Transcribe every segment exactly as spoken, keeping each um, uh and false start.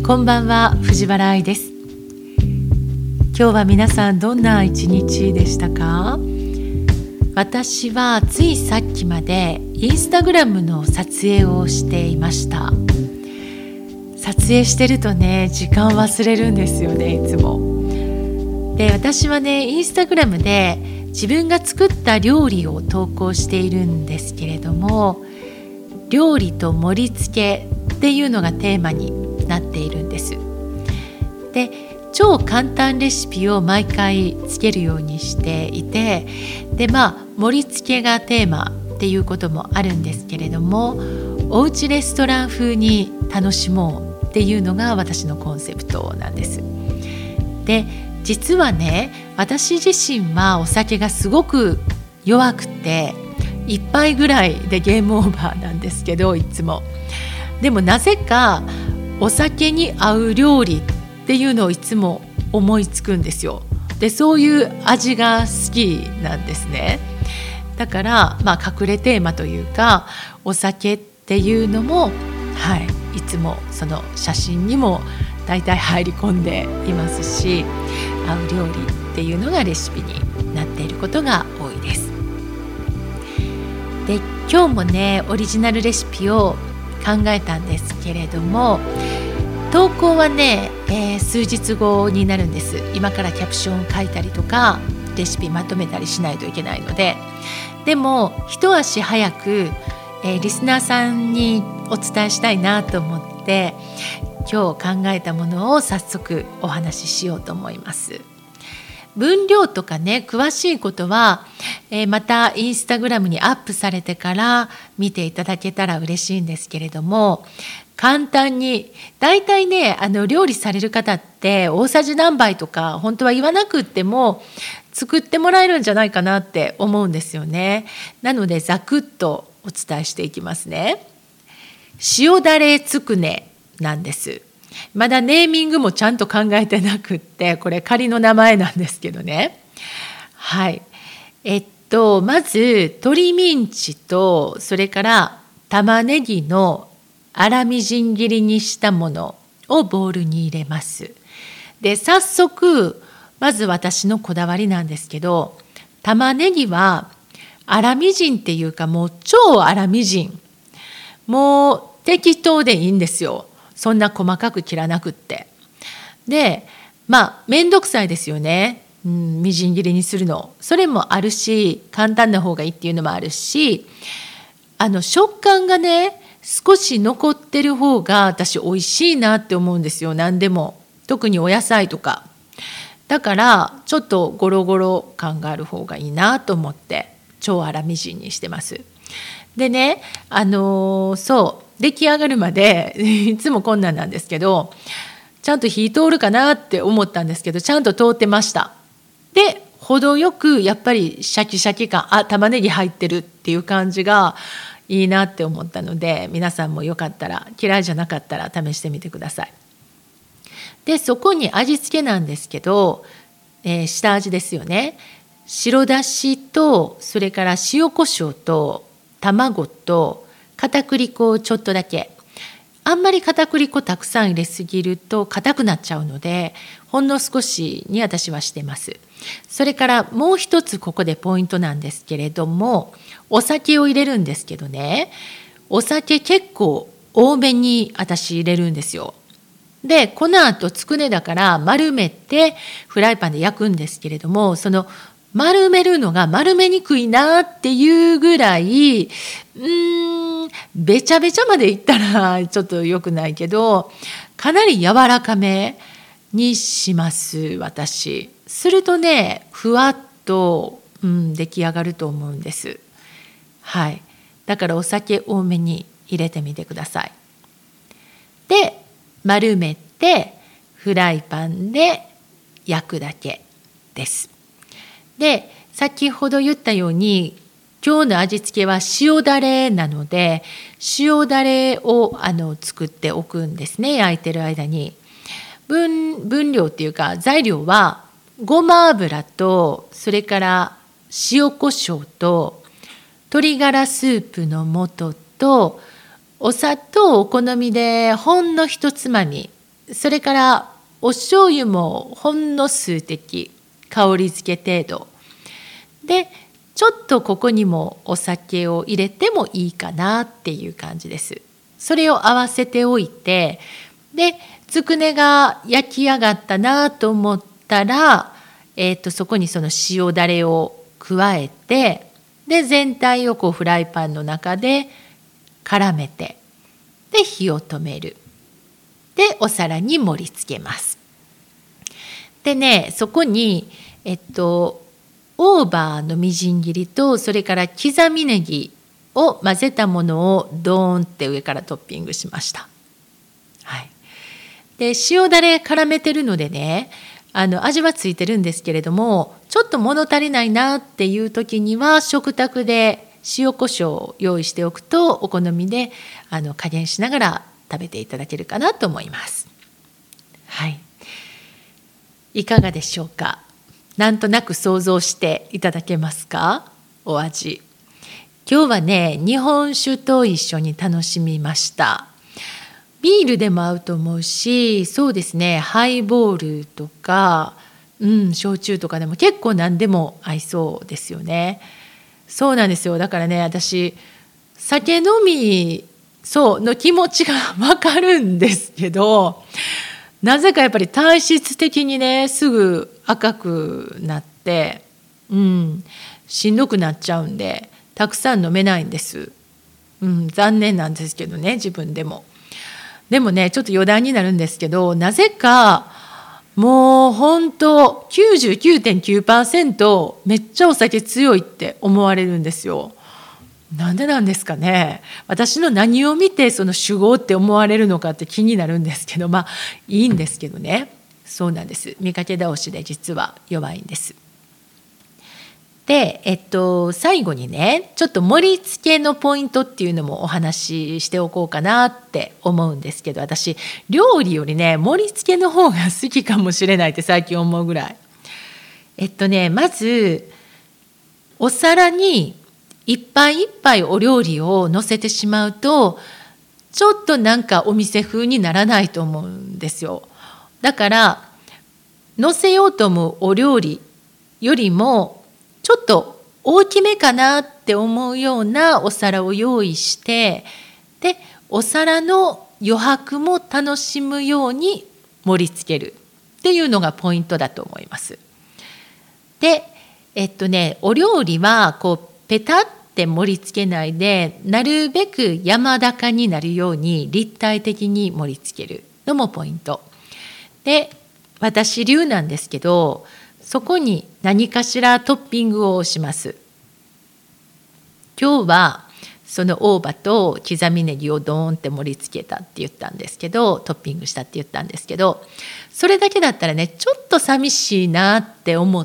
こんばんは、藤原愛です。今日は皆さんどんな一日でしたか？私はついさっきまでインスタグラムの撮影をしていました。撮影してるとね、時間忘れるんですよね、いつも。で、私はね、インスタグラムで自分が作った料理を投稿しているんですけれども、料理と盛り付けっていうのがテーマになっているんです。で、超簡単レシピを毎回つけるようにしていて、でまあ盛り付けがテーマっていうこともあるんですけれども、おうちレストラン風に楽しもうっていうのが私のコンセプトなんです。で、実はね、私自身はお酒がすごく弱くて一杯ぐらいでゲームオーバーなんですけど、いつも。でもなぜかお酒に合う料理っていうのをいつも思いつくんですよ。で、そういう味が好きなんですね。だから、まあ、隠れテーマというか、お酒っていうのも、はい、いつもその写真にもだいたい入り込んでいますし、合う料理っていうのがレシピになっていることが多いです。で、今日もね、オリジナルレシピを考えたんですけれども、投稿はね、えー、数日後になるんです。今からキャプションを書いたりとかレシピまとめたりしないといけないので。でも一足早く、えー、リスナーさんにお伝えしたいなと思って、今日考えたものを早速お話ししようと思います。分量とかね、詳しいことは、えー、またインスタグラムにアップされてから見ていただけたら嬉しいんですけれども、簡単に、だいたいね、あの料理される方って大さじ何杯とか本当は言わなくっても作ってもらえるんじゃないかなって思うんですよね。なのでざくっとお伝えしていきますね。塩だれつくねなんです。まだネーミングもちゃんと考えてなくって、これ仮の名前なんですけどね。はい。えっとまず鶏ミンチと、それから玉ねぎの粗みじん切りにしたものをボウルに入れます。で、早速まず私のこだわりなんですけど、玉ねぎは粗みじんっていうか、もう超粗みじん、もう適当でいいんですよ。そんな細かく切らなくって。で、まあめんどくさいですよね、うん、みじん切りにするの。それもあるし、簡単な方がいいっていうのもあるし、あの食感がね、少し残ってる方が私美味しいなって思うんですよ。何でも、特にお野菜とか。だからちょっとゴロゴロ感がある方がいいなと思って超粗みじんにしてます。でね、あのー、そう出来上がるまでいつも困難なんですけど、ちゃんと火通るかなって思ったんですけど、ちゃんと通ってました。で、程よくやっぱりシャキシャキ感、あ、玉ねぎ入ってるっていう感じがいいなって思ったので、皆さんもよかったら、嫌いじゃなかったら試してみてください。で、そこに味付けなんですけど、えー、下味ですよね。白だしと、それから塩コショウと卵と片栗粉をちょっとだけ。あんまり片栗粉たくさん入れすぎると硬くなっちゃうので、ほんの少しに私はしてます。それからもう一つここでポイントなんですけれども、お酒を入れるんですけどね、お酒結構多めに私入れるんですよ。で、この後つくねだから丸めてフライパンで焼くんですけれども、その丸めるのが丸めにくいなっていうぐらい、うーん、べちゃべちゃまでいったらちょっと良くないけど、かなり柔らかめにします私。するとね、ふわっと、うん、出来上がると思うんです。はい。だからお酒多めに入れてみてください。で、丸めてフライパンで焼くだけです。で、先ほど言ったように、今日の味付けは塩だれなので、塩だれをあの作っておくんですね、焼いてる間に。分、分量っていうか材料はごま油と、それから塩コショウと鶏ガラスープの素と、お砂糖お好みでほんの一つまみそれからお醤油もほんの数滴、香り付け程度で、ちょっとここにもお酒を入れてもいいかなっていう感じです。それを合わせておいて、でつくねが焼き上がったなと思ったら、えー、とそこにその塩だれを加えて、で全体をこうフライパンの中で絡めて、で火を止める。でお皿に盛り付けます。でね、そこにえっと大葉のみじん切りと、それから刻みネギを混ぜたものをドーンって上からトッピングしました。はい、で塩だれ絡めてるのでね、あの味はついてるんですけれども、ちょっと物足りないなっていう時には食卓で塩コショウを用意しておくと、お好みであの加減しながら食べていただけるかなと思います。はい、いかがでしょうか。なんとなく想像していただけますか、お味。今日はね、日本酒と一緒に楽しみました。ビールでも合うと思うし、そうですね、ハイボールとか、うん、焼酎とかでも結構何でも合いそうですよね。そうなんですよ。だからね、私酒飲みそうの気持ちがわかるんですけど、なぜかやっぱり体質的にね、すぐ赤くなって、うん、しんどくなっちゃうんで、たくさん飲めないんです。うん、残念なんですけどね、自分でも。でもね、ちょっと余談になるんですけど、なぜかもう本当 きゅうじゅうきゅうてんきゅうパーセント めっちゃお酒強いって思われるんですよ。なんでなんですかね。私の何を見てその酒豪って思われるのかって気になるんですけど、まあいいんですけどね。そうなんです。見かけ倒しで実は弱いんです。で、えっと、最後にね、ちょっと盛り付けのポイントっていうのもお話ししておこうかなって思うんですけど、私料理よりね、盛り付けの方が好きかもしれないって最近思うぐらい。えっとね、まずお皿にいっぱいいっぱいお料理を乗せてしまうと、ちょっとなんかお店風にならないと思うんですよ。だから乗せようと思うお料理よりもちょっと大きめかなって思うようなお皿を用意して、でお皿の余白も楽しむように盛り付けるっていうのがポイントだと思います。でえっとねお料理はこうペタッて盛り付けないで、なるべく山高になるように立体的に盛り付けるのもポイントで、私流なんですけど、そこに何かしらトッピングをします。今日はその大葉と刻みネギをドーンって盛り付けたって言ったんですけど、トッピングしたって言ったんですけど、それだけだったらね、ちょっと寂しいなって思って、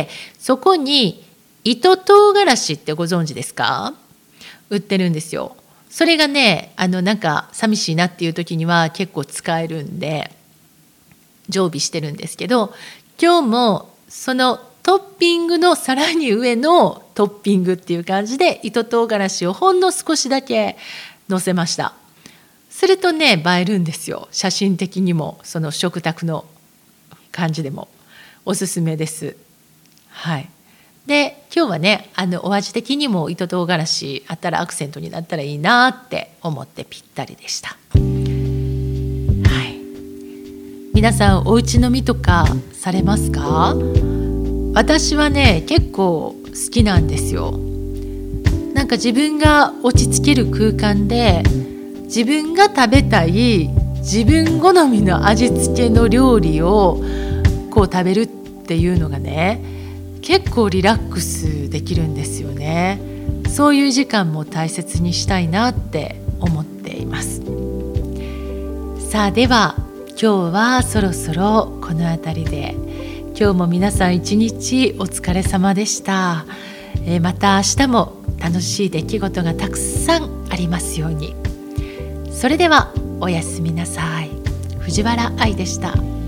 そこに糸唐辛子ってご存知ですか？売ってるんですよ。それがね、あのなんか寂しいなっていう時には結構使えるんで常備してるんですけど、今日もそのトッピングのさらに上のトッピングっていう感じで糸唐辛子をほんの少しだけ乗せました。するとね、映えるんですよ。写真的にもその食卓の感じでもおすすめです。はい。で今日はね、あのお味的にも糸唐辛子あったらアクセントになったらいいなって思ってぴったりでした。はい、皆さんお家飲みとかされますか？私はね結構好きなんですよ。なんか自分が落ち着ける空間で自分が食べたい自分好みの味付けの料理をこう食べるっていうのがね、結構リラックスできるんですよね。そういう時間も大切にしたいなって思っています。さあでは今日はそろそろこの辺りで、今日も皆さん一日お疲れ様でした。えー、また明日も楽しい出来事がたくさんありますように。それではおやすみなさい。藤原愛でした。